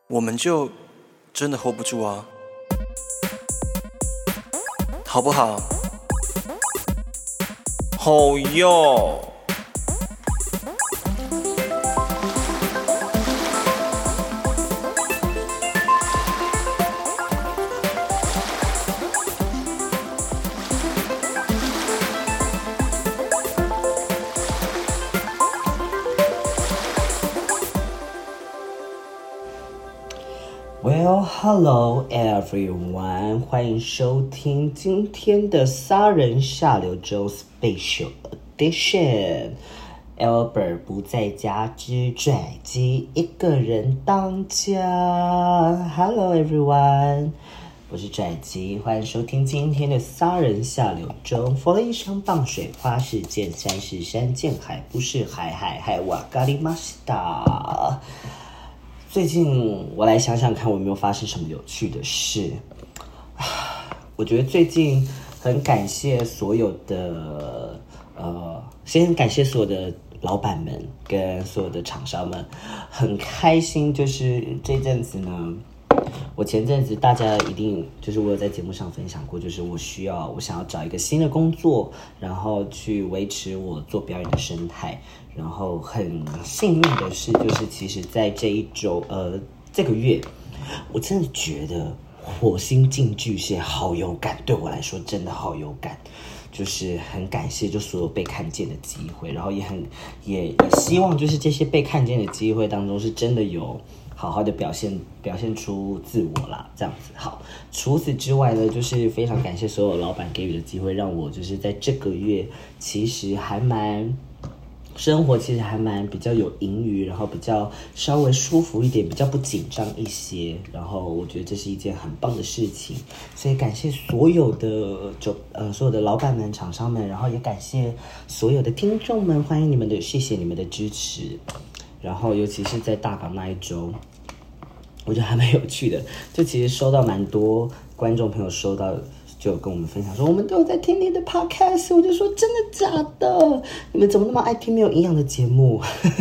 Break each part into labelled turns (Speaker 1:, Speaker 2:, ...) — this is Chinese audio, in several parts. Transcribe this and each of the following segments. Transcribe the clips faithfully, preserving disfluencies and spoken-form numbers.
Speaker 1: 我们就真的 hold 不住啊，好不好？好哟。
Speaker 2: Well, hello everyone， 欢迎收听今天的杀人下流周 Special Edition。Albert 不在家之拽鸡一个人当家。Hello everyone， 我是拽鸡，欢迎收听今天的杀人下流周。佛了一声棒水花是见山是山见海不是海海海瓦咖喱马西达。最近我来想想看，我有没有发生什么有趣的事。我觉得最近很感谢所有的呃，先感谢所有的老板们跟所有的厂商们，很开心。就是这阵子呢，我前阵子大家一定就是我有在节目上分享过，就是我需要我想要找一个新的工作，然后去维持我做表演的生态。然后很幸运的是，就是其实在这一周呃这个月，我真的觉得火星进巨蟹好有感，对我来说真的好有感。就是很感谢就所有被看见的机会，然后也很也也希望就是这些被看见的机会当中是真的有好好的表现表现出自我啦，这样子。好，除此之外呢，就是非常感谢所有老板给予的机会，让我就是在这个月其实还蛮生活其实还蛮比较有盈余，然后比较稍微舒服一点，比较不紧张一些，然后我觉得这是一件很棒的事情，所以感谢所有的就呃所有的老板们、厂商们，然后也感谢所有的听众们，欢迎你们的，谢谢你们的支持。然后尤其是在大港那一周，我觉得还蛮有趣的，就其实收到蛮多观众朋友收到。就跟我们分享说，我们都有在听你的 podcast， 我就说真的假的？你们怎么那么爱听没有营养的节目？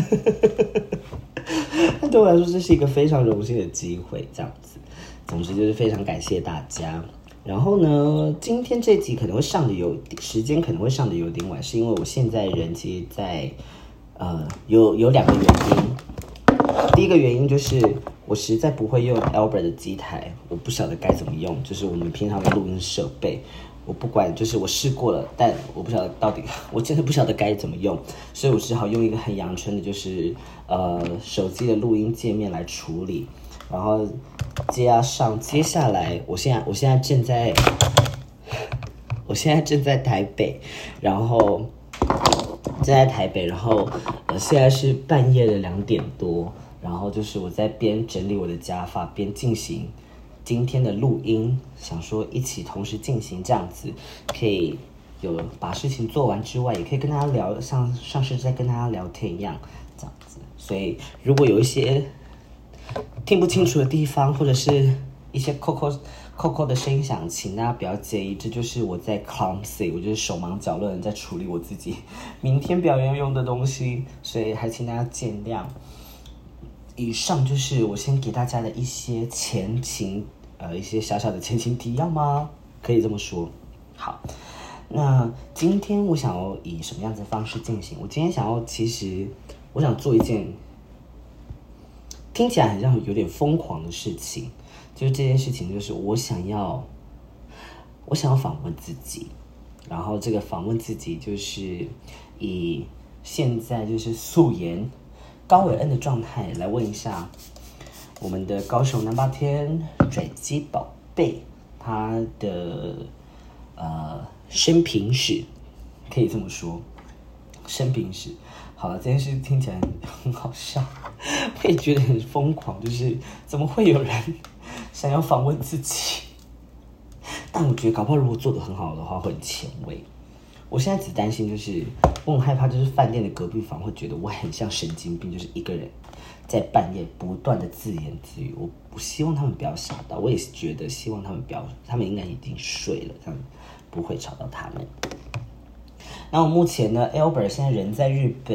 Speaker 2: 那对我来说，这是一个非常荣幸的机会，这样子。总之就是非常感谢大家。然后呢，今天这集可能会上的有时间，可能会上的有点晚，是因为我现在人其实在呃有有两个原因。第一个原因就是我实在不会用 Albert 的机台，我不晓得该怎么用，就是我们平常的录音设备，我不管，就是我试过了，但我不晓得到底，我真的不晓得该怎么用，所以我只好用一个很阳春的，就是呃手机的录音界面来处理，然后加上接下来，我现在我现在正在，我现在正在台北，然后正在台北，然后呃现在是半夜的两点多。然后就是我在边整理我的假发，边进行今天的录音，想说一起同时进行，这样子可以有把事情做完之外，也可以跟大家聊，像像是在跟大家聊天一样，这样子。所以如果有一些听不清楚的地方，或者是一些扣扣扣扣的声音响，请大家不要介意，这就是我在 clumsy， 我就是手忙脚乱的在处理我自己明天表演用的东西，所以还请大家见谅。以上就是我先给大家的一些前情，呃，一些小小的前情提要吗？可以这么说。好，那今天我想要以什么样子的方式进行？我今天想要，其实我想做一件听起来很像有点疯狂的事情，就是这件事情就是我想要，我想要访问自己，然后这个访问自己就是以现在就是素颜高伟恩的状态来问一下我们的高雄南霸天拽鸡宝贝他的呃生平史，可以这么说，生平史。好了，这件事听起来很好笑，我也觉得很疯狂，就是怎么会有人想要访问自己？但我觉得搞不好如果做得很好的话会很前卫。我现在只担心就是我很害怕，就是饭店的隔壁房会觉得我很像神经病，就是一个人在半夜不断的自言自语。我不希望他们不要吓到，我也是觉得希望他们不要，他们应该已经睡了，这样不会吵到他们。那我目前呢 ，Albert 现在人在日本，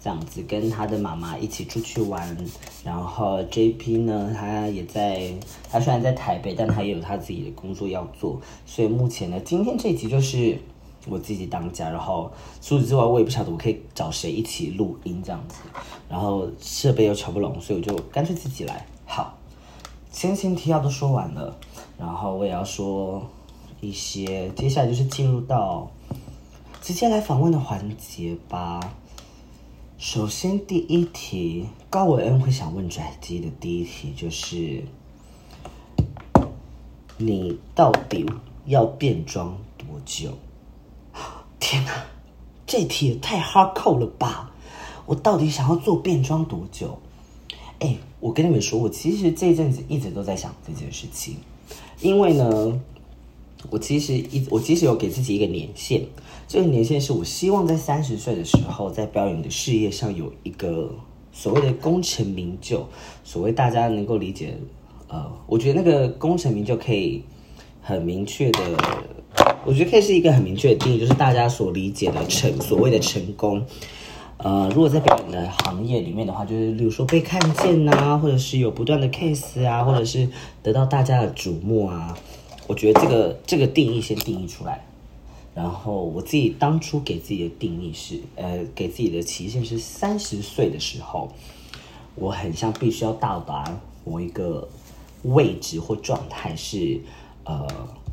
Speaker 2: 这样子跟他的妈妈一起出去玩。然后 J P 呢，他也在，他虽然在台北，但他也有他自己的工作要做，所以目前呢，今天这一集就是我自己当家。然后除此之外，我也不晓得我可以找谁一起录音这样子，然后设备又瞧不拢，所以我就干脆自己来。好，前情提要都说完了，然后我也要说一些，接下来就是进入到直接来访问的环节吧。首先第一题，高伟恩会想问拽鸡的第一题就是，你到底要变装多久？天哪，这题也太 hardcore 了吧！我到底想要做变装多久？哎，我跟你们说，我其实这阵子一直都在想这件事情，因为呢，我其实一我其实有给自己一个年限，这个年限是我希望在三十岁的时候，在表演的事业上有一个所谓的功成名就，所谓大家能够理解，呃，我觉得那个功成名就可以很明确的，我觉得可以是一个很明确的定义，就是大家所理解的成所谓的成功。呃，如果在表演的行业里面的话，就是例如说被看见啊，或者是有不断的 case 啊，或者是得到大家的瞩目啊，我觉得这个这个定义先定义出来。然后我自己当初给自己的定义是，呃，给自己的期限是三十岁的时候，我很像必须要到达某一个位置或状态是，呃。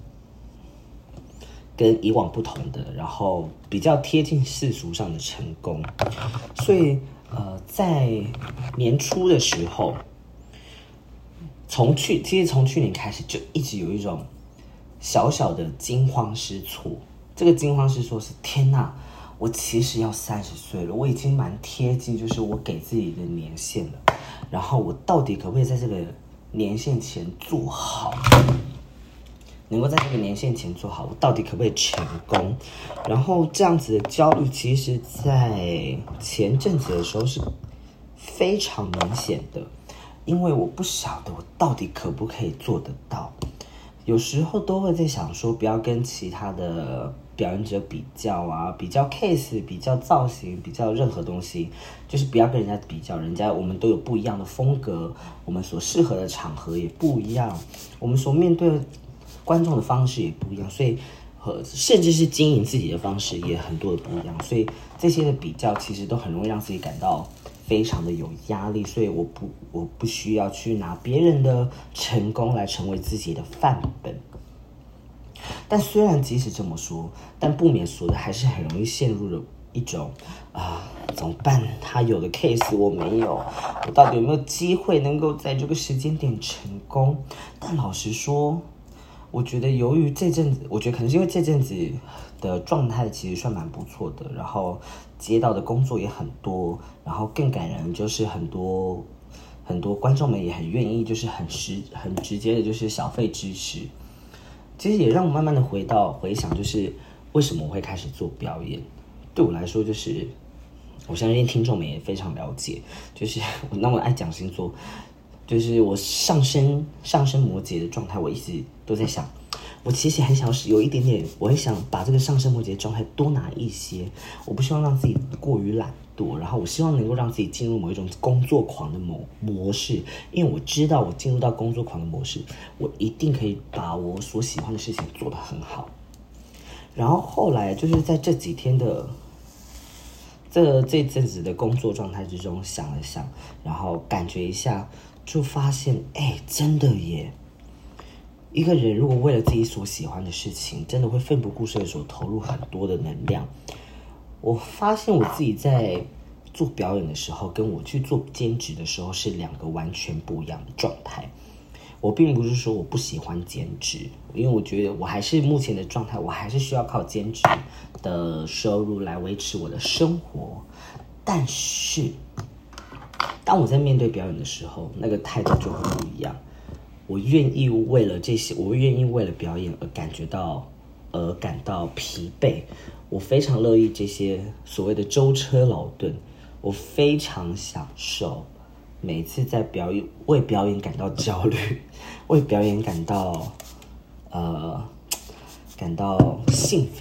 Speaker 2: 跟以往不同的，然后比较贴近世俗上的成功，所以呃，在年初的时候，从去其实从去年开始就一直有一种小小的惊慌失措。这个惊慌失措是天哪，我其实要三十岁了，我已经蛮贴近，就是我给自己的年限了。然后我到底可不可以在这个年限前做好？能够在这个年限前做好，我到底可不可以成功？然后这样子的焦虑，其实在前阵子的时候是非常明显的，因为我不晓得我到底可不可以做得到。有时候都会在想说，不要跟其他的表演者比较啊，比较 case， 比较造型，比较任何东西，就是不要跟人家比较，人家我们都有不一样的风格，我们所适合的场合也不一样，我们所面对的观众的方式也不一样，所以和甚至是经营自己的方式也很多的不一样，所以这些的比较其实都很容易让自己感到非常的有压力，所以我不我不需要去拿别人的成功来成为自己的范本。但虽然即使这么说，但不免俗的还是很容易陷入了一种啊、呃、怎么办？他有的 case 我没有，我到底有没有机会能够在这个时间点成功？但老实说，我觉得由于这阵子，我觉得可能是因为这阵子的状态其实算蛮不错的，然后接到的工作也很多，然后更感人就是很多很多观众们也很愿意，就是很实很直接的，就是小费支持。其实也让我慢慢的回到回想，就是为什么我会开始做表演。对我来说，就是我相信听众们也非常了解，就是我那么爱讲星座。就是我上升上升摩羯的状态，我一直都在想，我其实很想有一点点，我很想把这个上升摩羯的状态多拿一些。我不希望让自己过于懒惰，然后我希望能够让自己进入某一种工作狂的模模式，因为我知道我进入到工作狂的模式，我一定可以把我所喜欢的事情做得很好。然后后来就是在这几天的这这阵子的工作状态之中想了想，然后感觉一下。就发现，哎，真的耶！一个人如果为了自己所喜欢的事情，真的会奋不顾身的所投入很多的能量。我发现我自己在做表演的时候，跟我去做兼职的时候是两个完全不一样的状态。我并不是说我不喜欢兼职，因为我觉得我还是目前的状态，我还是需要靠兼职的收入来维持我的生活。但是当我在面对表演的时候，那个态度就会不一样。我愿意为了这些，我愿意为了表演而感觉到，而感到疲惫。我非常乐意这些所谓的舟车劳顿，我非常享受每次在表演为表演感到焦虑，为表演感到呃感到兴奋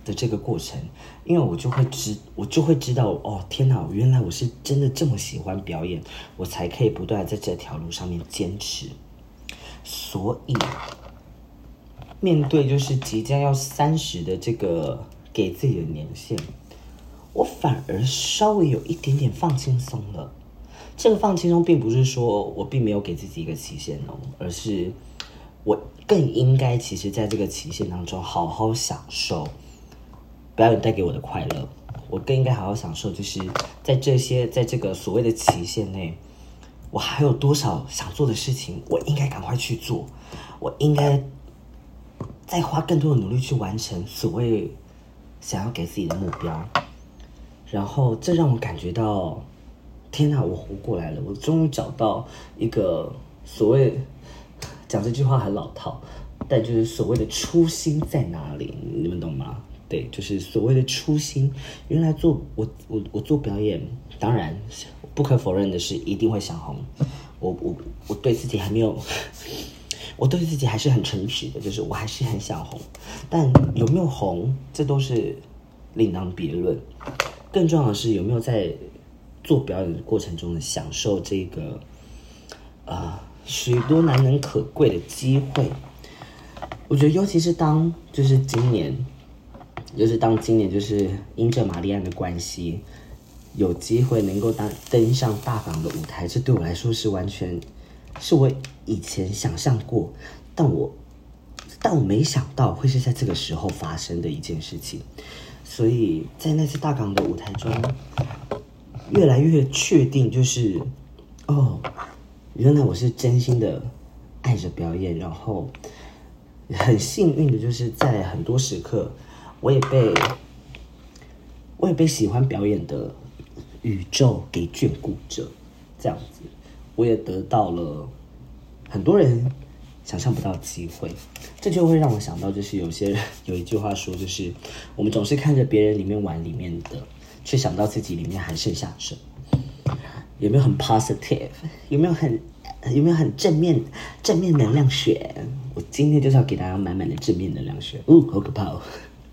Speaker 2: 的这个过程，因为我就会知，我就会知道，哦，天哪，原来我是真的这么喜欢表演，我才可以不断在这条路上面坚持。所以，面对就是即将要三十的这个给自己的年限，我反而稍微有一点点放轻松了。这个放轻松并不是说我并没有给自己一个期限哦，而是我更应该其实在这个期限当中好好享受表演带给我的快乐。我更应该好好享受，就是在这些在这个所谓的期限内，我还有多少想做的事情，我应该赶快去做，我应该再花更多的努力去完成所谓想要给自己的目标。然后这让我感觉到，天哪，我活过来了！我终于找到一个所谓，讲这句话很老套，但就是所谓的初心在哪里？你们懂吗？对，就是所谓的初心。原来做我我我做表演，当然不可否认的是一定会想红。我我我对自己还没有，我对自己还是很诚实的，就是我还是很想红。但有没有红，这都是另当别论。更重要的是有没有在做表演的过程中享受这个呃许多难能可贵的机会。我觉得尤其是当就是今年就是当今年就是因着玛丽安的关系有机会能够当登上大港的舞台，这对我来说是完全是我以前想象过但我但我没想到会是在这个时候发生的一件事情。所以在那次大港的舞台中越来越确定，就是哦，原来我是真心的爱着表演，然后很幸运的就是在很多时刻我也被我也被喜欢表演的宇宙给眷顾着，这样子我也得到了很多人想象不到的机会。这就会让我想到，就是有些人有一句话说，就是我们总是看着别人里面碗里面的，却想到自己里面还剩下什么。有没有很 positive？ 有没有很有没有很正面正面能量学？我今天就是要给大家满满的正面能量学。哦，好可怕哦！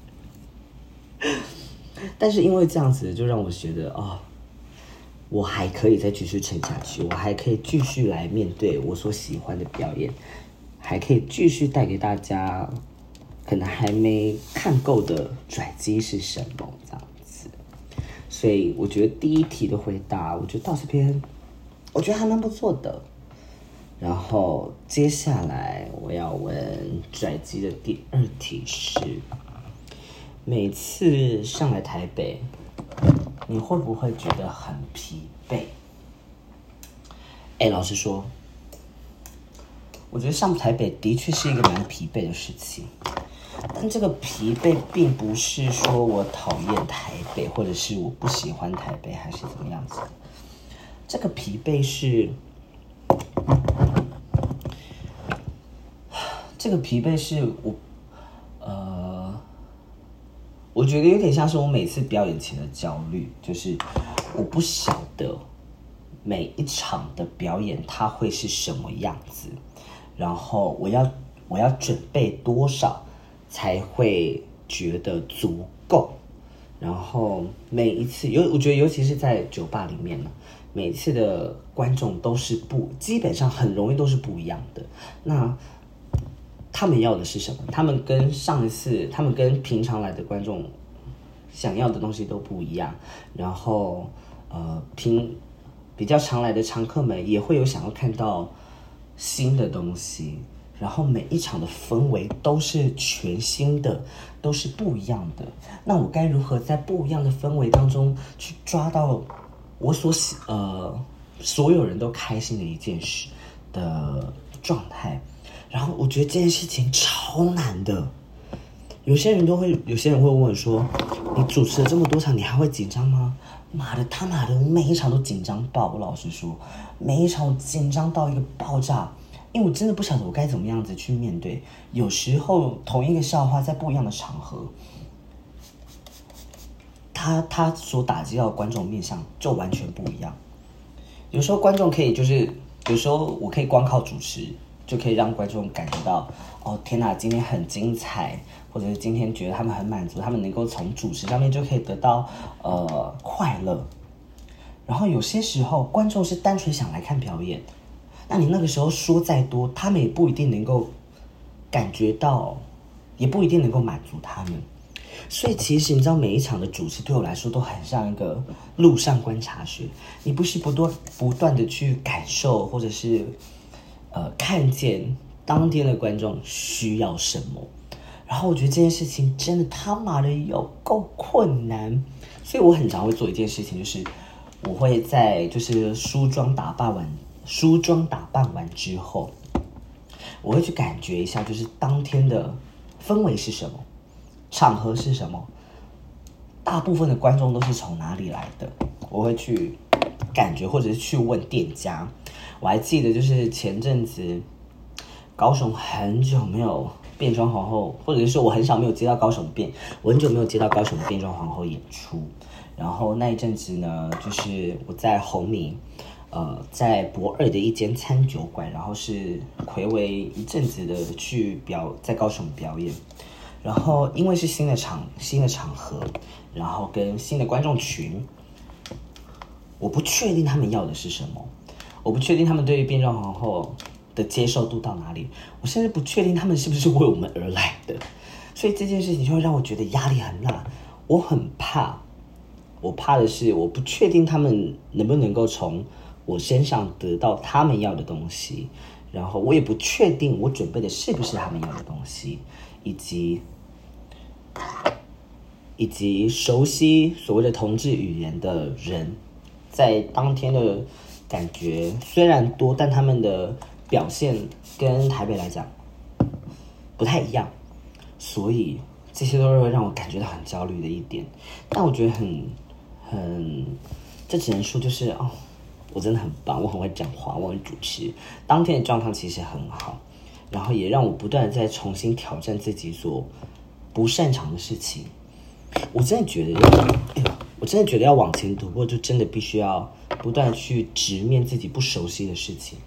Speaker 2: 但是因为这样子，就让我觉得哦，我还可以再继续撑下去，我还可以继续来面对我所喜欢的表演，还可以继续带给大家可能还没看够的转机是什么这样子。所以我觉得第一题的回答，我觉得到这边我觉得还蛮不错的。然后接下来我要问转机的第二题是，每次上来台北你会不会觉得很疲惫？哎，老实说，我觉得上台北的确是一个蛮疲惫的事情，但这个疲惫并不是说我讨厌台北，或者是我不喜欢台北，还是怎么样子的。这个疲惫是，这个疲惫是我，呃，我觉得有点像是我每次表演前的焦虑，就是我不晓得每一场的表演它会是什么样子，然后我要我要准备多少才会觉得足够。然后每一次尤我觉得尤其是在酒吧里面呢，每次的观众都是不基本上很容易都是不一样的。那他们要的是什么？他们跟上一次他们跟平常来的观众想要的东西都不一样。然后呃平比较常来的常客们也会有想要看到新的东西，然后每一场的氛围都是全新的，都是不一样的。那我该如何在不一样的氛围当中去抓到我所喜呃所有人都开心的一件事的状态？然后我觉得这件事情超难的。有些人都会，有些人会问我说：“你主持了这么多场，你还会紧张吗？”妈的，他妈的，我每一场都紧张爆。我老实说，每一场我紧张到一个爆炸。因为我真的不晓得我该怎么样子去面对。有时候同一个笑话在不一样的场合，他他所打击到的观众面向就完全不一样。有时候观众可以就是，有时候我可以光靠主持就可以让观众感觉到，哦天哪，今天很精彩，或者是今天觉得他们很满足，他们能够从主持上面就可以得到呃快乐。然后有些时候观众是单纯想来看表演，那你那个时候说再多，他们也不一定能够感觉到，也不一定能够满足他们。所以其实你知道，每一场的主持对我来说都很像一个路上观察学，你不是不断不断的去感受，或者是呃看见当天的观众需要什么。然后我觉得这件事情真的他妈的有够困难，所以我很常会做一件事情，就是我会在就是梳妆打扮完梳妆打扮完之后，我会去感觉一下，就是当天的氛围是什么，场合是什么，大部分的观众都是从哪里来的，我会去感觉，或者是去问店家。我还记得就是前阵子高雄很久没有变装皇后，或者是说我很少没有接到高雄变，我很久没有接到高雄的变装皇后演出。然后那一阵子呢，就是我在红米，呃，在博二的一间餐酒馆，然后是睽违一阵子的去表在高雄表演。然后因为是新的场新的场合，然后跟新的观众群，我不确定他们要的是什么，我不确定他们对于变装皇后的接受度到哪里，我甚至不确定他们是不是为我们而来的。所以这件事情就会让我觉得压力很大，我很怕，我怕的是我不确定他们能不能够从我身上得到他们要的东西，然后我也不确定我准备的是不是他们要的东西，以及以及熟悉所谓的同志语言的人，在当天的感觉虽然多，但他们的表现跟台北来讲不太一样，所以这些都是会让我感觉到很焦虑的一点。但我觉得很很，这只能说就是哦，我真的很棒，我很会讲话，我很主持，当天的状况其实很好，然后也让我不断的再重新挑战自己所不擅长的事情。我真的觉得要，哎呦，我真的觉得要往前突破，就真的必须要不断的去直面自己不熟悉的事情。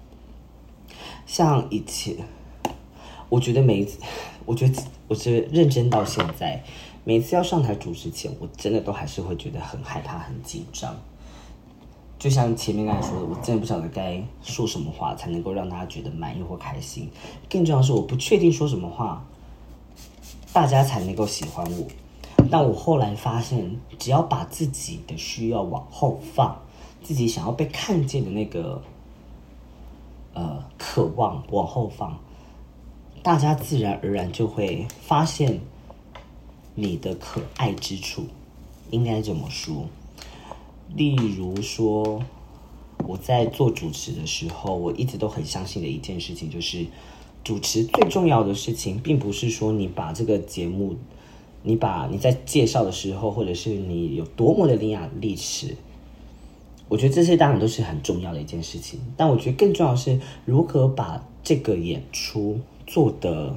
Speaker 2: 像以前，我觉得每一次，我觉得我觉得认真到现在，每一次要上台主持前，我真的都还是会觉得很害怕、很紧张。就像前面刚才说的，我真的不晓得该说什么话才能够让大家觉得满意或开心。更重要的是，我不确定说什么话，大家才能够喜欢我。但我后来发现，只要把自己的需要往后放，自己想要被看见的那个呃渴望往后放，大家自然而然就会发现你的可爱之处，应该这么说。例如说，我在做主持的时候，我一直都很相信的一件事情，就是主持最重要的事情，并不是说你把这个节目，你把你在介绍的时候，或者是你有多么的伶牙俐齿，我觉得这些当然都是很重要的一件事情。但我觉得更重要的是，如何把这个演出做得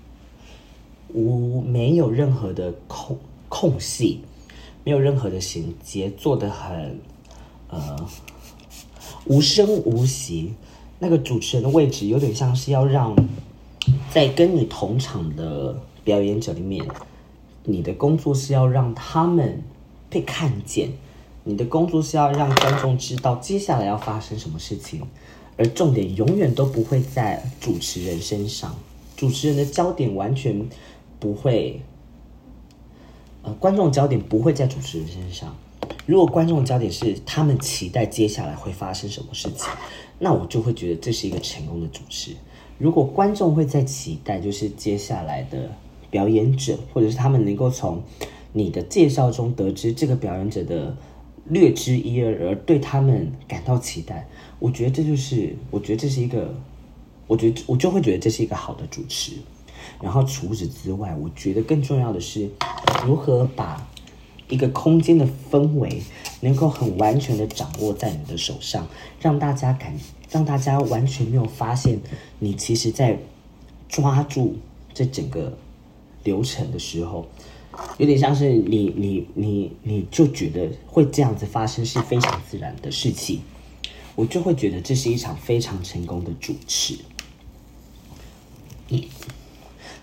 Speaker 2: 无没有任何的空空隙，没有任何的衔接，做得很呃无声无息。那个主持人的位置有点像是要让在跟你同场的表演者里面，你的工作是要让他们被看见，你的工作是要让观众知道接下来要发生什么事情，而重点永远都不会在主持人身上，主持人的焦点完全不会呃，观众的焦点不会在主持人身上。如果观众的焦点是他们期待接下来会发生什么事情，那我就会觉得这是一个成功的主持。如果观众会在期待就是接下来的表演者，或者是他们能够从你的介绍中得知这个表演者的略知一二，而对他们感到期待，我觉得这就是我觉得这是一个我觉得我就会觉得这是一个好的主持。然后除此之外，我觉得更重要的是如何把一个空间的氛围能够很完全的掌握在你的手上，让大家感让大家完全没有发现你其实在抓住这整个流程的时候，有点像是你你你你就觉得会这样子发生是非常自然的事情，我就会觉得这是一场非常成功的主持。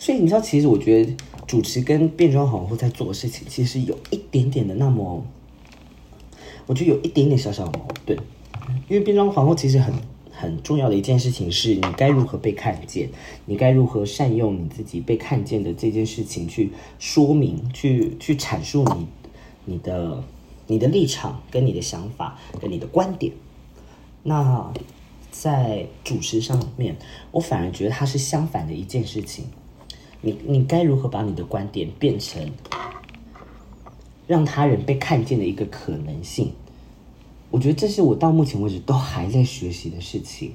Speaker 2: 所以你知道，其实我觉得主持跟变装皇后在做的事情，其实有一点点的那么，我觉得有一点点小小的矛盾。因为变装皇后其实很很重要的一件事情是，你该如何被看见，你该如何善用你自己被看见的这件事情去说明、去去阐述你你的你的立场、跟你的想法、跟你的观点。那在主持上面，我反而觉得它是相反的一件事情。你你该如何把你的观点变成让他人被看见的一个可能性？我觉得这是我到目前为止都还在学习的事情。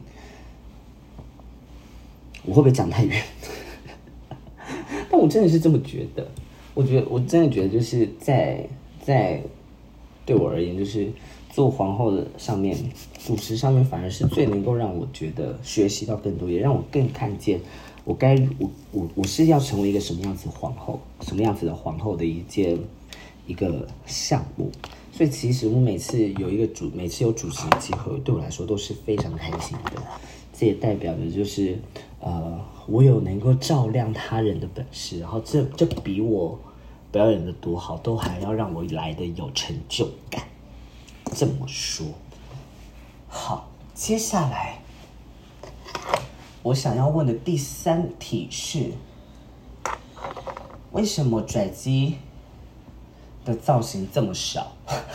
Speaker 2: 我会不会讲太远？但我真的是这么觉得。我觉得我真的觉得就是在在对我而言，就是做皇后的上面，主持上面反而是最能够让我觉得学习到更多，也让我更看见我该我我我是要成为一个什么样子皇后，什么样子的皇后的一件一个项目。所以其实我每次有一个主，每次有主持的机会，对我来说都是非常开心的。这也代表着就是，呃，我有能够照亮他人的本事，然后这这比我表演的多好，都还要让我来的有成就感。这么说，好，接下来我想要问的第三题是：为什么拽鸡的造型这么少？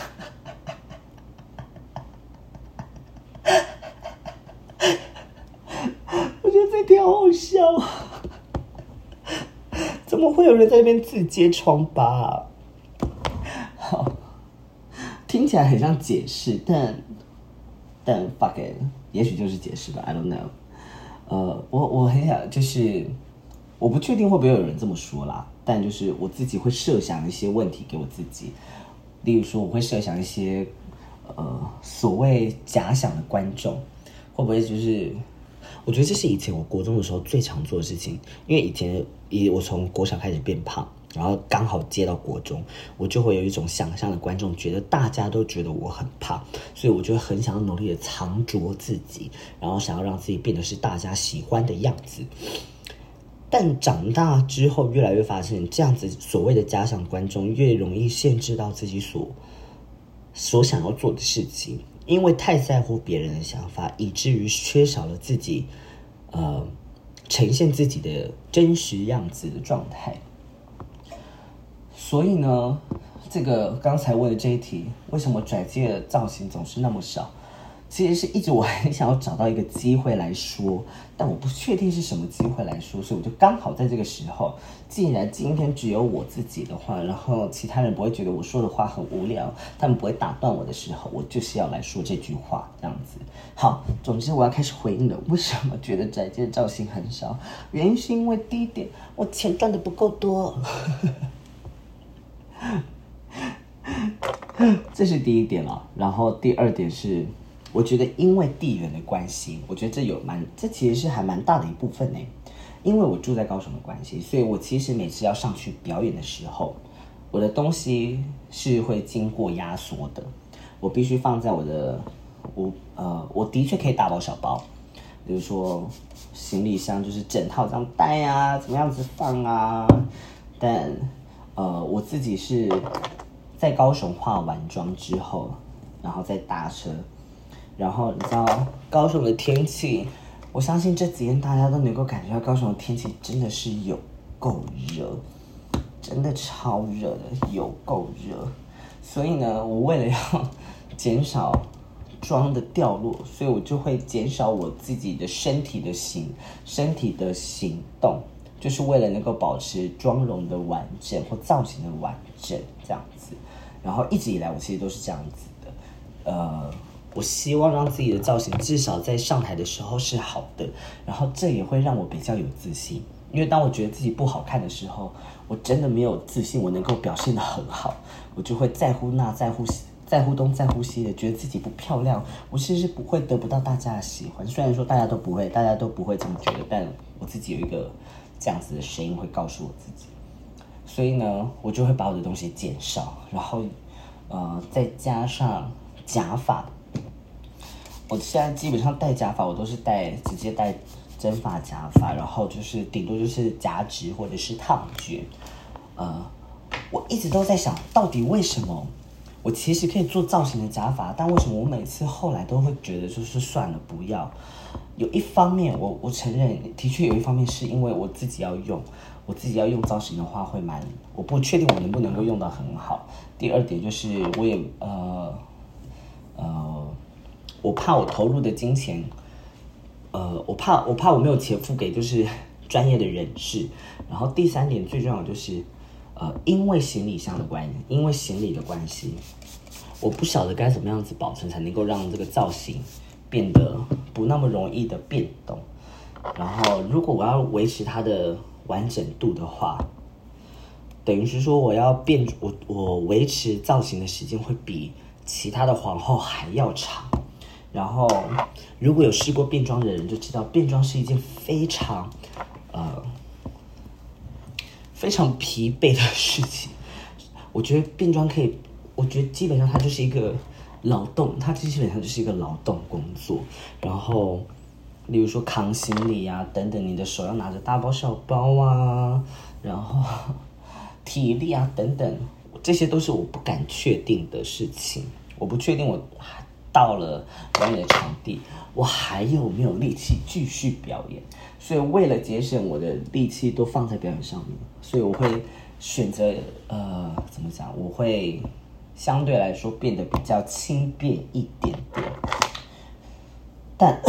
Speaker 2: 我觉得这题好好笑啊！怎么会有人在那边自揭疮疤啊？好，听起来很像解释，但但 fuck it， 也许就是解释吧 ，I don't know。呃，我我很想就是。我不确定会不会有人这么说啦，但就是我自己会设想一些问题给我自己，例如说我会设想一些呃所谓假想的观众，会不会就是我觉得这是以前我国中的时候最常做的事情，因为以前以我从国小开始变胖，然后刚好接到国中，我就会有一种想象的观众，觉得大家都觉得我很胖，所以我就会很想要努力的藏着自己，然后想要让自己变得是大家喜欢的样子。但长大之后，越来越发现，这样子所谓的假想观众越容易限制到自己所所想要做的事情，因为太在乎别人的想法，以至于缺少了自己呃呈现自己的真实样子的状态。所以呢，这个刚才问的这一题，为什么拽鸡的造型总是那么少？其实是一直我很想要找到一个机会来说，但我不确定是什么机会来说，所以我就刚好在这个时候，既然今天只有我自己的话，然后其他人不会觉得我说的话很无聊，他们不会打断我的时候，我就是要来说这句话，这样子。好，总之我要开始回应了。为什么觉得拽鸡的造型很少？原因是因为第一点，我钱赚的不够多。这是第一点了，然后第二点是。我觉得因为地缘的关系，我觉得这有蛮，这其实是还蛮大的一部分呢。因为我住在高雄的关系，所以我其实每次要上去表演的时候，我的东西是会经过压缩的，我必须放在我的，我呃，我的确可以大包小包，比如说行李箱就是整套这样带啊，怎么样子放啊，但呃，我自己是在高雄化完妆之后，然后再搭车。然后你知道高雄的天气，我相信这几天大家都能够感觉到高雄的天气真的是有够热，真的超热的，有够热。所以呢，我为了要减少妆的掉落，所以我就会减少我自己的身体的行身体的行动，就是为了能够保持妆容的完整或造型的完整这样子。然后一直以来我其实都是这样子的，呃。我希望让自己的造型至少在上台的时候是好的，然后这也会让我比较有自信。因为当我觉得自己不好看的时候，我真的没有自信我能够表现得很好，我就会在乎那在乎在乎东在乎西的，觉得自己不漂亮，我其实不会得不到大家的喜欢。虽然说大家都不会，大家都不会这么觉得，但我自己有一个这样子的声音会告诉我自己。所以呢，我就会把我的东西减少，然后呃再加上假发。我现在基本上戴假发，我都是戴直接戴真发假发，然后就是顶多就是夹直或者是烫卷。呃，我一直都在想，到底为什么我其实可以做造型的假发，但为什么我每次后来都会觉得就是算了不要？有一方面我我承认，的确有一方面是因为我自己要用，我自己要用造型的话会蛮，我不确定我能不能够用到很好。第二点就是我也呃呃，我怕我投入的金钱。呃，我怕我怕我没有钱付给就是专业的人士，然后第三点最重要的就是，呃，因为行李箱的关系，因为行李的关系，我不晓得该怎么样子保存才能够让这个造型变得不那么容易的变动。然后，如果我要维持它的完整度的话，等于是说我要变我我维持造型的时间会比其他的皇后还要长。然后，如果有试过变装的人就知道，变装是一件非常，呃，非常疲惫的事情。我觉得变装可以，我觉得基本上它就是一个劳动，它基本上就是一个劳动工作。然后，例如说扛行李啊等等，你的手要拿着大包小包啊，然后体力啊等等，这些都是我不敢确定的事情。我不确定我。到了表演的场地，我还有没有力气继续表演？所以为了节省我的力气都放在表演上面，所以我会选择呃，怎么讲？我会相对来说变得比较轻便一点点。但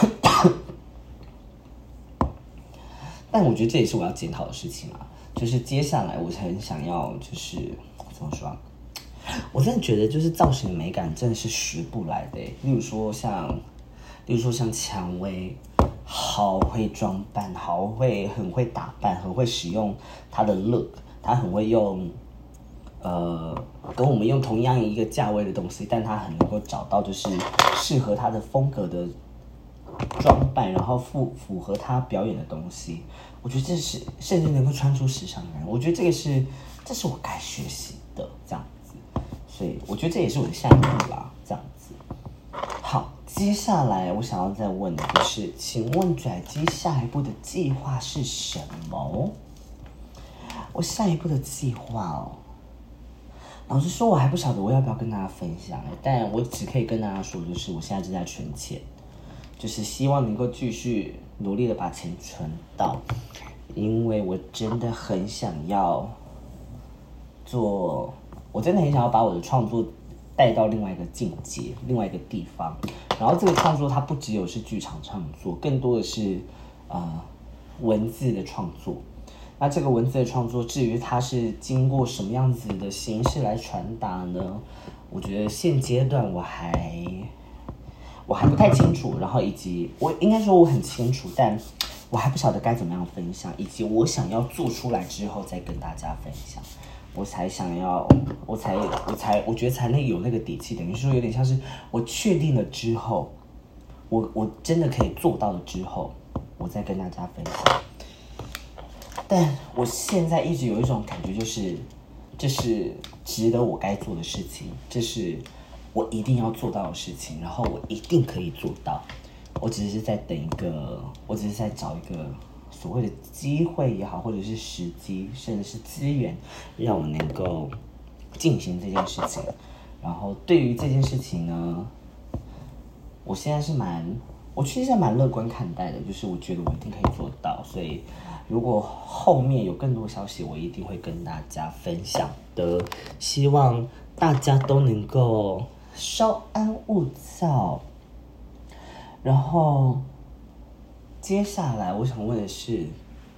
Speaker 2: 但我觉得这也是我要检讨的事情啊，就是接下来我很想要，就是怎么说？我真的觉得，就是造型的美感真的是学不来的。例如说像，例如说像蔷薇，好会装扮，好会很会打扮，很会使用她的 look， 她很会用，呃，跟我们用同样一个价位的东西，但她很能够找到就是适合她的风格的装扮，然后符符合她表演的东西。我觉得这是甚至能够穿出时尚感。我觉得这个是，这是我该学习的，这样。所以我觉得这也是我的下一步啦，这样子。好，接下来我想要再问的就是，请问拽鸡下一步的计划是什么？我下一步的计划哦，老实说，我还不晓得我要不要跟大家分享，但我只可以跟大家说，就是我现在正在存钱，就是希望能够继续努力的把钱存到，因为我真的很想要做。我真的很想要把我的创作带到另外一个境界，另外一个地方。然后这个创作它不只有是剧场创作，更多的是呃文字的创作。那这个文字的创作，至于它是经过什么样子的形式来传达呢？我觉得现阶段我还我还不太清楚。然后以及我应该说我很清楚，但我还不晓得该怎么样分享，以及我想要做出来之后再跟大家分享。我才想要，我才，我才，我觉得才能有那个底气，等于说有点像是我确定了之后，我我真的可以做到了之后，我再跟大家分享。但我现在一直有一种感觉，就是这是值得我该做的事情，这是我一定要做到的事情，然后我一定可以做到。我只是在等一个，我只是在找一个。所谓的机会也好，或者是时机，甚至是资源，让我能够进行这件事情。然后对于这件事情呢，我现在是蛮，我其实蛮乐观看待的，就是我觉得我一定可以做到。所以如果后面有更多消息，我一定会跟大家分享的。希望大家都能够稍安勿躁。然后。接下来我想问的是，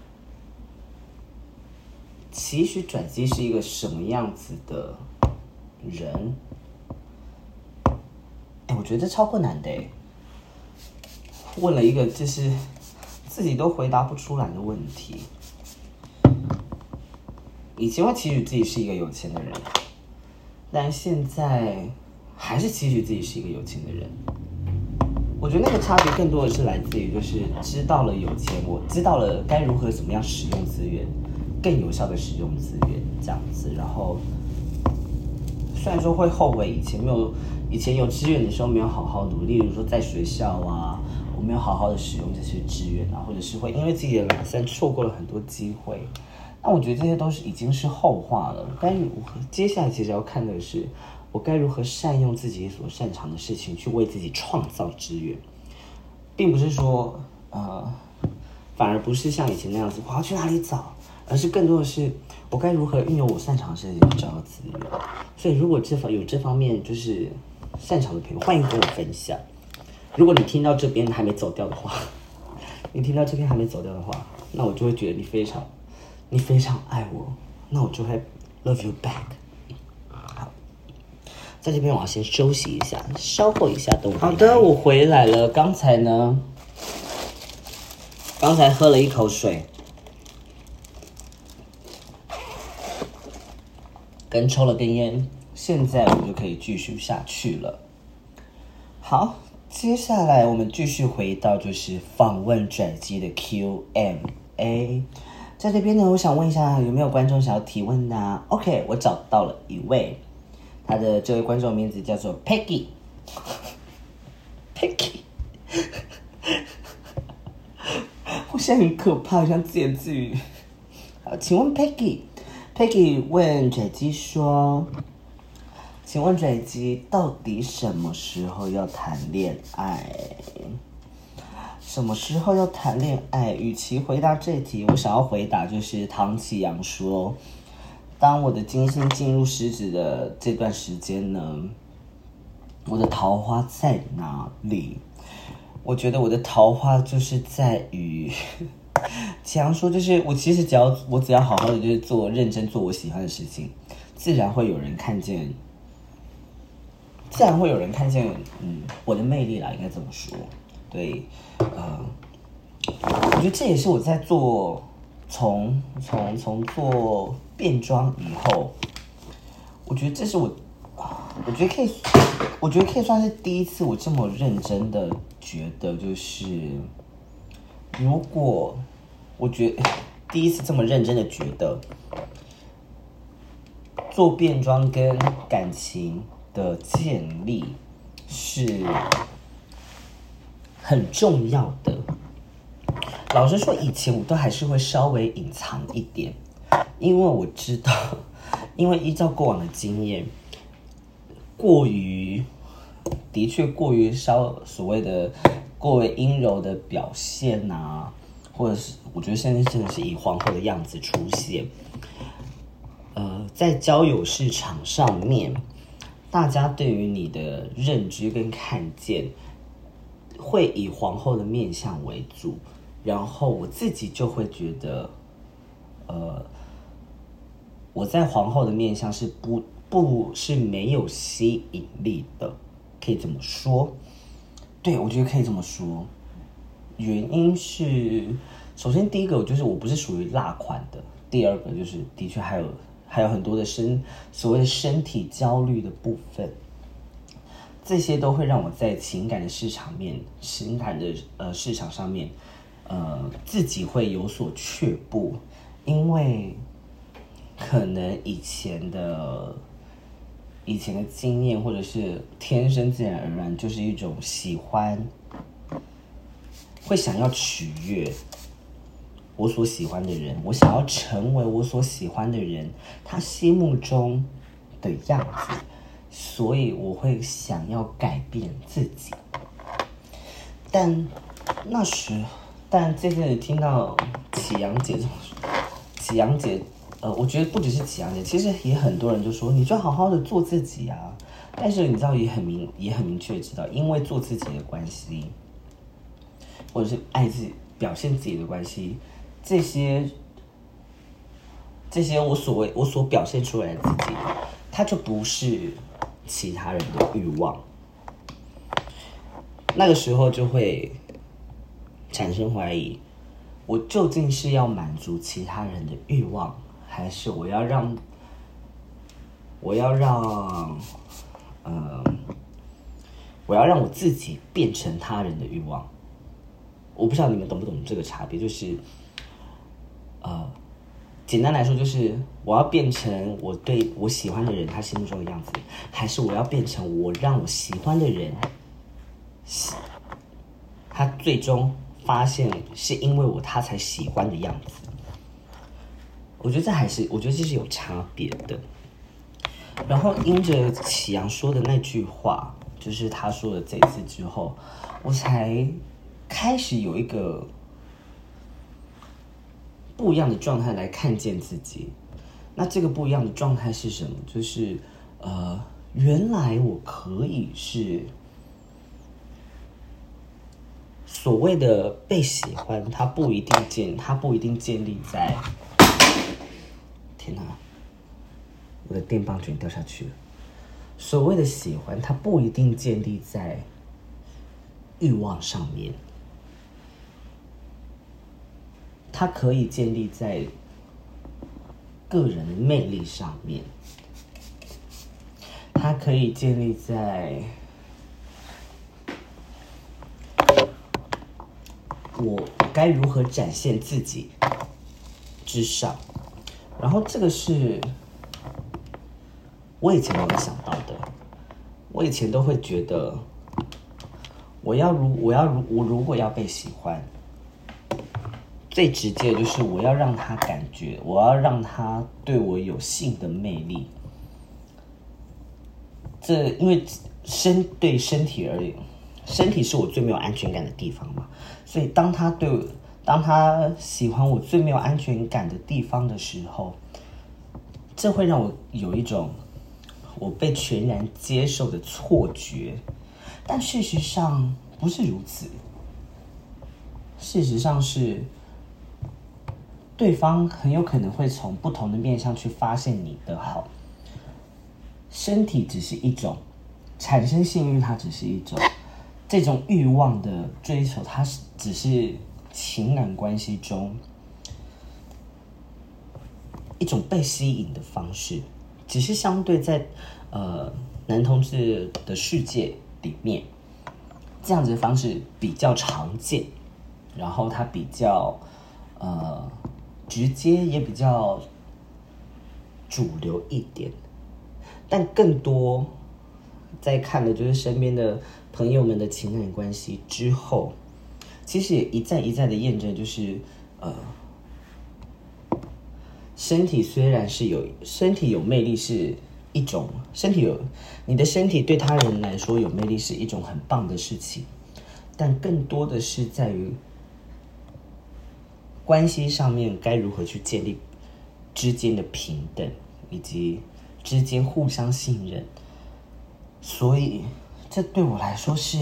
Speaker 2: 期许转机是一个什么样子的人？哎，我觉得这超困难的哎。问了一个就是自己都回答不出来的问题。以前会期许自己是一个有钱的人，但现在还是期许自己是一个有钱的人。我觉得那个差别更多的是来自于，就是知道了有钱，我知道了该如何怎么样使用资源，更有效的使用资源这样子。然后虽然说会后悔以前没有，以前有资源的时候没有好好努力，例如说在学校啊，我没有好好的使用这些资源啊，或者是会因为自己的懒散错过了很多机会。那我觉得这些都是已经是后话了。该如何接下来其实要看的是，我该如何善用自己所擅长的事情，去为自己创造资源，并不是说呃，反而不是像以前那样子我要去哪里找，而是更多的是我该如何运用我擅长的事情去找到资源。所以如果这方有这方面就是擅长的朋友，欢迎跟我分享。如果你听到这边还没走掉的话，你听到这边还没走掉的话，那我就会觉得你非常你非常爱我，那我就会 love you back。 好，在这边我要先休息一下，稍后一下等我。好的，我回来了。刚才呢刚才喝了一口水，跟抽了根烟，现在我就可以继续下去了。好，接下来我们继续回到就是访问拽鸡的 Q and A。 在这边呢，我想问一下有没有观众想要提问的啊？ OK， 我找到了一位，他的这位观众名字叫做 Peggy Peggy 我现在很可怕，像自言自语。好，请问 Peggy Peggy 问拽鸡说，请问拽鸡到底什么时候要谈恋爱？什么时候要谈恋爱？与其回答这题，我想要回答就是唐启阳说，当我的金星进入狮子的这段时间呢，我的桃花在哪里？我觉得我的桃花就是在于启阳说，就是我其实只要我只要好好的就是做认真做我喜欢的事情，自然会有人看见自然会有人看见嗯我的魅力啦，应该这么说。对，呃，我觉得这也是我在做从从从做变装以后，我觉得这是我，我觉得可以，我觉得可以算是第一次我这么认真的觉得，就是如果我觉得第一次这么认真的觉得做变装跟感情的建立是很重要的。老实说，以前我都还是会稍微隐藏一点，因为我知道，因为依照过往的经验，过于的确过于稍所谓的过为阴柔的表现啊，或者是我觉得现在真的是以皇后的样子出现。呃，在交友市场上面，大家对于你的认知跟看见会以皇后的面相为主，然后我自己就会觉得，呃，我在皇后的面相是不不是没有吸引力的，可以这么说。对，我觉得可以这么说。原因是，首先第一个就是我不是属于辣款的，第二个就是的确还有还有很多的身所谓的身体焦虑的部分。这些都会让我在情感的市场面、情感的呃市场上面，呃自己会有所却步，因为可能以前的以前的经验，或者是天生自然而然就是一种喜欢，会想要取悦我所喜欢的人，我想要成为我所喜欢的人他心目中的样子。所以我会想要改变自己，但那时，但这阵子听到启阳姐这么说，启阳姐，呃，我觉得不只是启阳姐，其实也很多人就说，你就好好的做自己啊。但是你知道，也很明，也很明确知道，因为做自己的关系，或者是爱自己、表现自己的关系，这些，这些我所谓我所表现出来的自己，它就不是其他人的欲望，那个时候就会产生怀疑，我究竟是要满足其他人的欲望，还是我要让我要让呃我要让我自己变成他人的欲望？我不知道你们懂不懂这个差别，就是呃简单来说，就是我要变成我对我喜欢的人他心目中的样子，还是我要变成我让我喜欢的人， 他最终发现是因为我他才喜欢的样子。我觉得这还是，我觉得这是有差别的。然后因着启阳说的那句话，就是他说了这一次之后，我才开始有一个不一样的状态来看见自己。那这个不一样的状态是什么？就是呃，原来我可以是所谓的被喜欢，它不一定建，它不一定建立在，天哪，我的电棒卷掉下去了。所谓的喜欢，它不一定建立在欲望上面，它可以建立在个人的魅力上面，它可以建立在我该如何展现自己之上。然后这个是我以前没有想到的。我以前都会觉得，我要如我要如我如果要被喜欢，最直接的就是我要让他感觉，我要让他对我有性的魅力。这因为身对身体而言，身体是我最没有安全感的地方嘛，所以当他对我当他喜欢我最没有安全感的地方的时候，这会让我有一种我被全然接受的错觉，但事实上不是如此。事实上是，对方很有可能会从不同的面向去发现你的好。身体只是一种，产生性欲它只是一种，这种欲望的追求，它是只是情感关系中一种被吸引的方式，只是相对在呃男同志的世界里面，这样子的方式比较常见，然后它比较呃直接，也比较主流一点。但更多在看的就是身边的朋友们的情感关系之后，其实也一再一再的验证，就是呃，身体虽然是有身体有魅力是一种，身体有你的身体对他人来说有魅力是一种很棒的事情，但更多的是在于关系上面该如何去建立之间的平等，以及之间互相信任。所以这对我来说是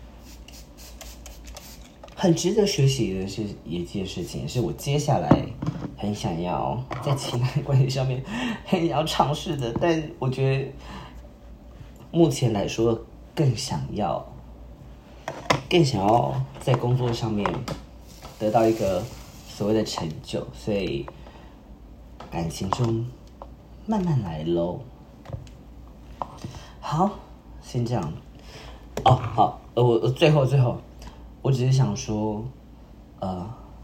Speaker 2: 很值得学习的是一件事情，是我接下来很想要在情感关系上面很想要尝试的，但我觉得目前来说更想要更想要在工作上面得到一个所谓的成就，所以感情中慢慢来咯。好，先这样。哦，好，呃，我我最后最后，我只是想说，呃，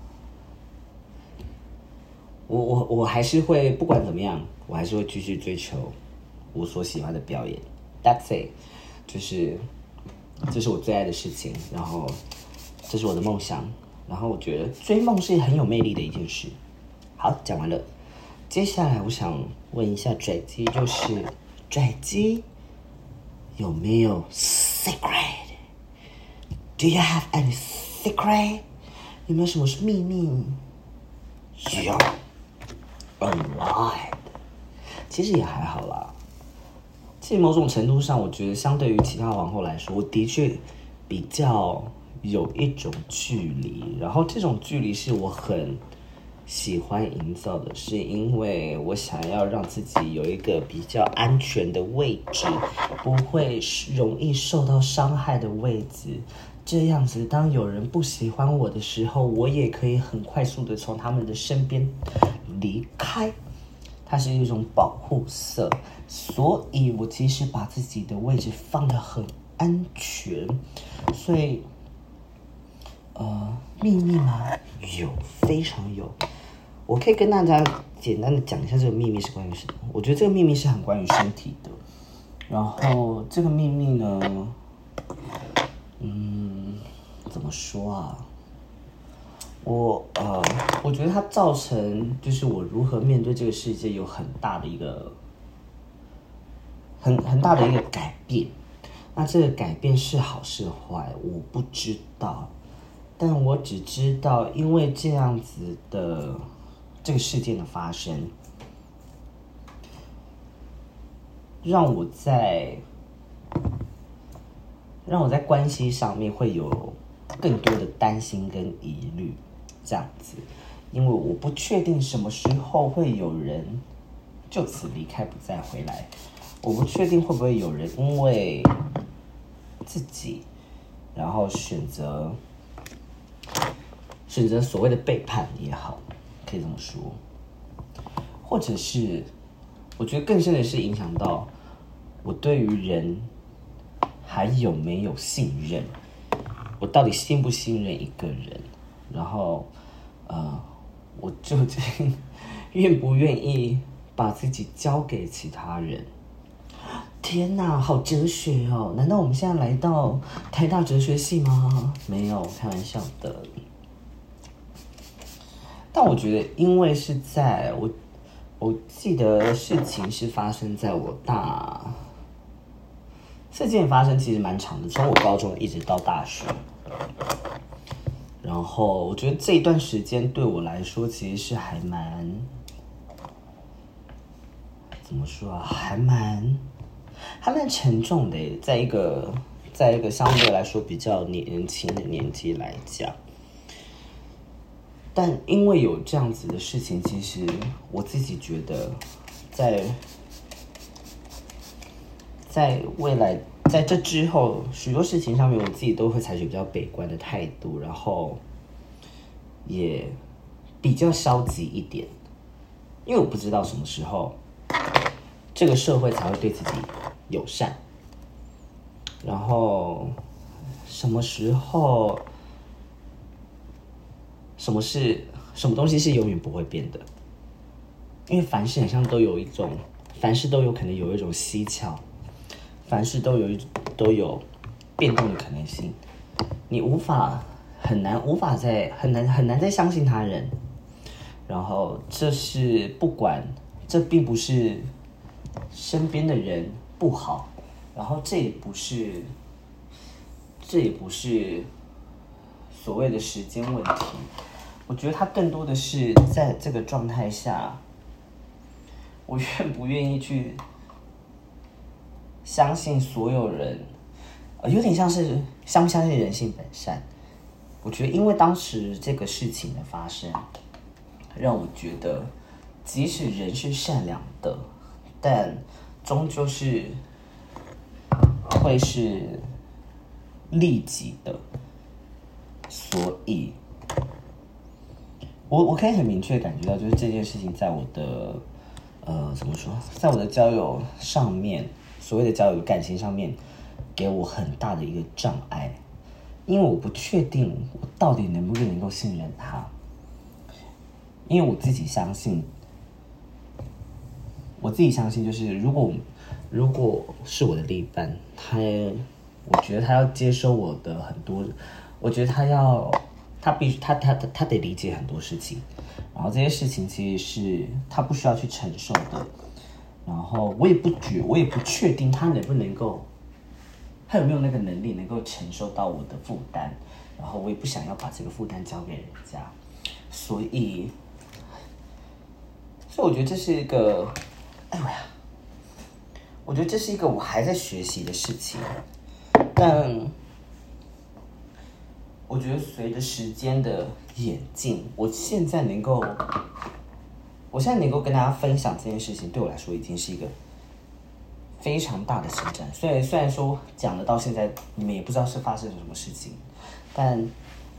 Speaker 2: 我我我还是会不管怎么样，我还是会继续追求我所喜欢的表演。That's it， 就是这是我最爱的事情，然后这是我的梦想，然后我觉得追梦是很有魅力的一件事。好，讲完了，接下来我想问一下拽鸡，就是拽鸡有没有 secret？Do you have any secret？ 有没有什么是秘密？有 a lot。其实也还好啦。其实某种程度上，我觉得相对于其他皇后来说，我的确比较有一种距离。然后这种距离是我很喜欢营造的，是因为我想要让自己有一个比较安全的位置，不会容易受到伤害的位置。这样子，当有人不喜欢我的时候，我也可以很快速的从他们的身边离开。它是一种保护色，所以我其实把自己的位置放得很安全。所以，呃，秘密吗？有，非常有。我可以跟大家简单的讲一下这个秘密是关于什么。我觉得这个秘密是很关于身体的。然后这个秘密呢，嗯， 怎么说啊？我呃，我觉得它造成就是我如何面对这个世界有很大的一个很很大的一个改变。那这个改变是好是坏，我不知道，但我只知道，因为这样子的这个事件的发生，让我在让我在关系上面会有更多的担心跟疑虑，这样子，因为我不确定什么时候会有人就此离开不再回来，我不确定会不会有人因为自己，然后选择选择所谓的背叛也好，可以这么说，或者是我觉得更深的是影响到我对于人还有没有信任，我到底信不信任一个人，然后呃，我究竟愿不愿意把自己交给其他人？天哪，好哲学哦！难道我们现在来到台大哲学系吗？没有，开玩笑的。但我觉得，因为是在我，我记得事情是发生在我大，事件发生其实蛮长的，从我高中一直到大学。然后我觉得这一段时间对我来说，其实是还蛮，怎么说啊，还蛮。还蛮沉重的，在一个在一个相对来说比较年轻的年纪来讲，但因为有这样子的事情，其实我自己觉得在，在在未来在这之后许多事情上面，我自己都会采取比较悲观的态度，然后也比较消极一点，因为我不知道什么时候这个社会才会对自己友善，然后什么时候什么是什么东西是永远不会变的，因为凡事好像都有一种，凡事都有可能有一种蹊跷，凡事都有一都有变动的可能性，你无法很难无法再很难很难再相信他人，然后这是不管这并不是身边的人不好，然后这也不是，这也不是所谓的时间问题。我觉得它更多的是在这个状态下，我愿不愿意去相信所有人，呃，有点像是相不相信人性本善。我觉得，因为当时这个事情的发生，让我觉得，即使人是善良的，但终究是会是利己的，所以，我我可以很明确感觉到，就是这件事情在我的呃怎么说，在我的交友上面，所谓的交友感情上面，给我很大的一个障碍，因为我不确定我到底能不能够信任他，因为我自己相信。我自己相信，就是如果如果是我的另一半，他，我觉得他要接收我的很多，我觉得他要，他必须，他他他他得理解很多事情，然后这些事情其实是他不需要去承受的，然后我也不觉，我也不确定他能不能够，他有没有那个能力能够承受到我的负担，然后我也不想要把这个负担交给人家，所以，所以我觉得这是一个。哎呀，我觉得这是一个我还在学习的事情，但我觉得随着时间的演进，我现在能够，我现在能够跟大家分享这件事情，对我来说已经是一个非常大的进展。虽然虽然说讲了到现在，你们也不知道是发生了什么事情，但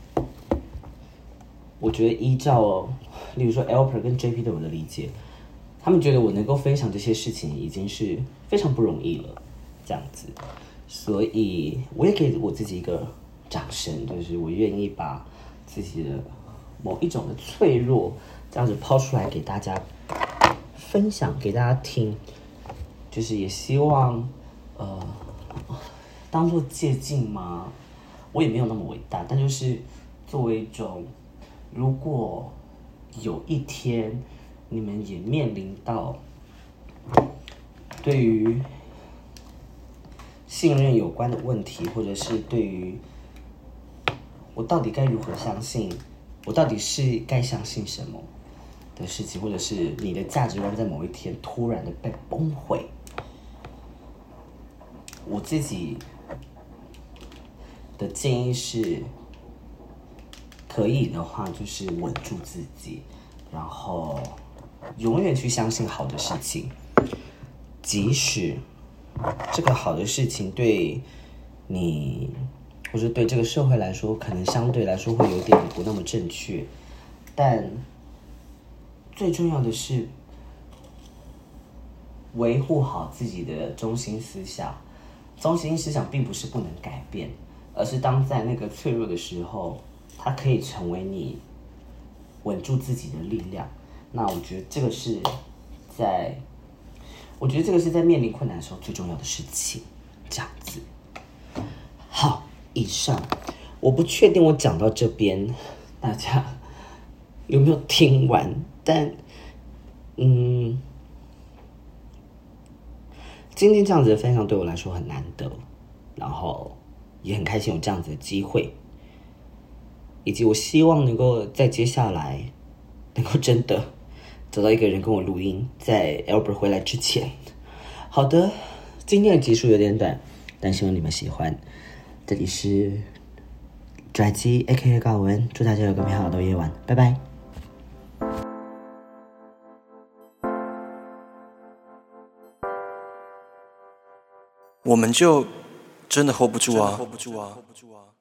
Speaker 2: 我觉得依照，例如说 Alper 跟 J P 对我的理解。他们觉得我能够分享这些事情已经是非常不容易了，这样子，所以我也给我自己一个掌声，就是我愿意把自己的某一种的脆弱这样子抛出来给大家分享，给大家听，就是也希望呃当做借鉴吗？ 我也没有那么伟大，但就是作为一种，如果有一天你们也面临到对于信任有关的问题，或者是对于我到底该如何相信，我到底是该相信什么的事情，或者是你的价值观在某一天突然的被崩毁，我自己的建议是，可以的话就是稳住自己，然后永远去相信好的事情，即使这个好的事情对你或者对这个社会来说可能相对来说会有点不那么正确，但最重要的是维护好自己的中心思想。中心思想并不是不能改变，而是当在那个脆弱的时候，它可以成为你稳住自己的力量。那我觉得这个是在，我觉得这个是在面临困难的时候最重要的事情。这样子，好，以上我不确定我讲到这边大家有没有听完，但嗯。今天这样子的分享对我来说很难得，然后也很开心有这样子的机会，以及我希望能够在接下来能够真的找到一个人跟我录音，在 Albert 回来之前。好的，今天的集数有点短，但希望你们喜欢。这里是拽鸡 A K A 高文，祝大家有个美好的夜晚，拜拜。
Speaker 1: 我们就真的 hold 不住啊！hold 不住啊！hold 不住啊！